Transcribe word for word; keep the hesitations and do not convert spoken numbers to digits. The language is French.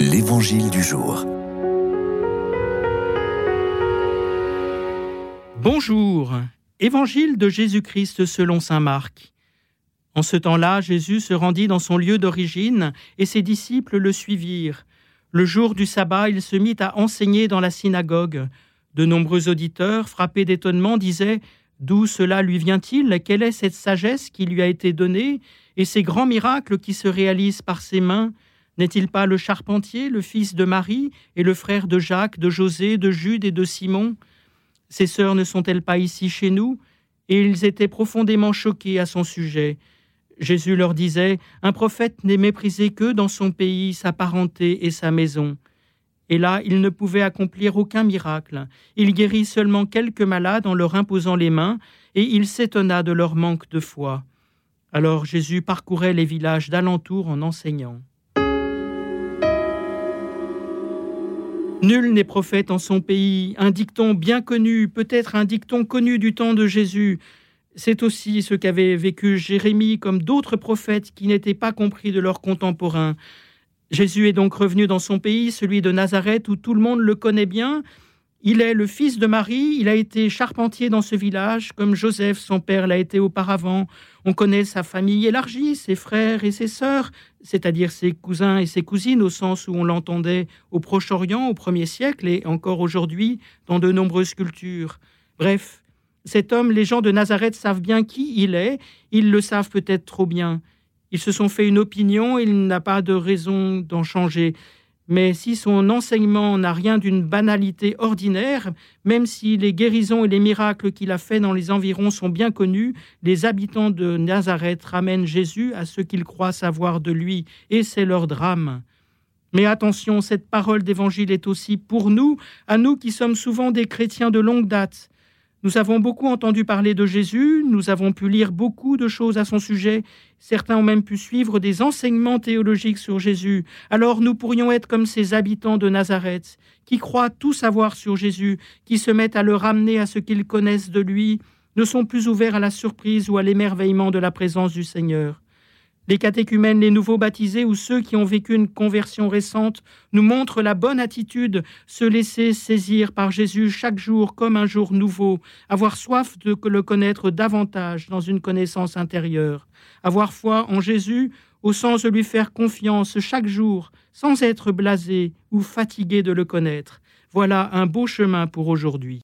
L'Évangile du jour. Bonjour, Évangile de Jésus-Christ selon saint Marc. En ce temps-là, Jésus se rendit dans son lieu d'origine et ses disciples le suivirent. Le jour du sabbat, il se mit à enseigner dans la synagogue. De nombreux auditeurs, frappés d'étonnement, disaient « D'où cela lui vient-il ? Quelle est cette sagesse qui lui a été donnée et ces grands miracles qui se réalisent par ses mains ? N'est-il pas le charpentier, le fils de Marie et le frère de Jacques, de José, de Jude et de Simon ? Ses sœurs ne sont-elles pas ici chez nous ?» Et ils étaient profondément choqués à son sujet. Jésus leur disait « Un prophète n'est méprisé que dans son pays, sa parenté et sa maison. » Et là, il ne pouvait accomplir aucun miracle. Il guérit seulement quelques malades en leur imposant les mains, et il s'étonna de leur manque de foi. Alors Jésus parcourait les villages d'alentour en enseignant. Nul n'est prophète en son pays, un dicton bien connu, peut-être un dicton connu du temps de Jésus. C'est aussi ce qu'avait vécu Jérémie comme d'autres prophètes qui n'étaient pas compris de leurs contemporains. Jésus est donc revenu dans son pays, celui de Nazareth, où tout le monde le connaît bien. Il est le fils de Marie, il a été charpentier dans ce village, comme Joseph, son père, l'a été auparavant. On connaît sa famille élargie, ses frères et ses sœurs, c'est-à-dire ses cousins et ses cousines, au sens où on l'entendait au Proche-Orient, au premier siècle, et encore aujourd'hui, dans de nombreuses cultures. Bref, cet homme, les gens de Nazareth savent bien qui il est, ils le savent peut-être trop bien. Ils se sont fait une opinion, il n'a pas de raison d'en changer. Mais si son enseignement n'a rien d'une banalité ordinaire, même si les guérisons et les miracles qu'il a faits dans les environs sont bien connus, les habitants de Nazareth ramènent Jésus à ce qu'ils croient savoir de lui, et c'est leur drame. Mais attention, cette parole d'évangile est aussi pour nous, à nous qui sommes souvent des chrétiens de longue date. Nous avons beaucoup entendu parler de Jésus, nous avons pu lire beaucoup de choses à son sujet, certains ont même pu suivre des enseignements théologiques sur Jésus. Alors nous pourrions être comme ces habitants de Nazareth, qui croient tout savoir sur Jésus, qui se mettent à le ramener à ce qu'ils connaissent de lui, ne sont plus ouverts à la surprise ou à l'émerveillement de la présence du Seigneur. Les catéchumènes, les nouveaux baptisés ou ceux qui ont vécu une conversion récente nous montrent la bonne attitude, se laisser saisir par Jésus chaque jour comme un jour nouveau, avoir soif de le connaître davantage dans une connaissance intérieure, avoir foi en Jésus au sens de lui faire confiance chaque jour sans être blasé ou fatigué de le connaître. Voilà un beau chemin pour aujourd'hui.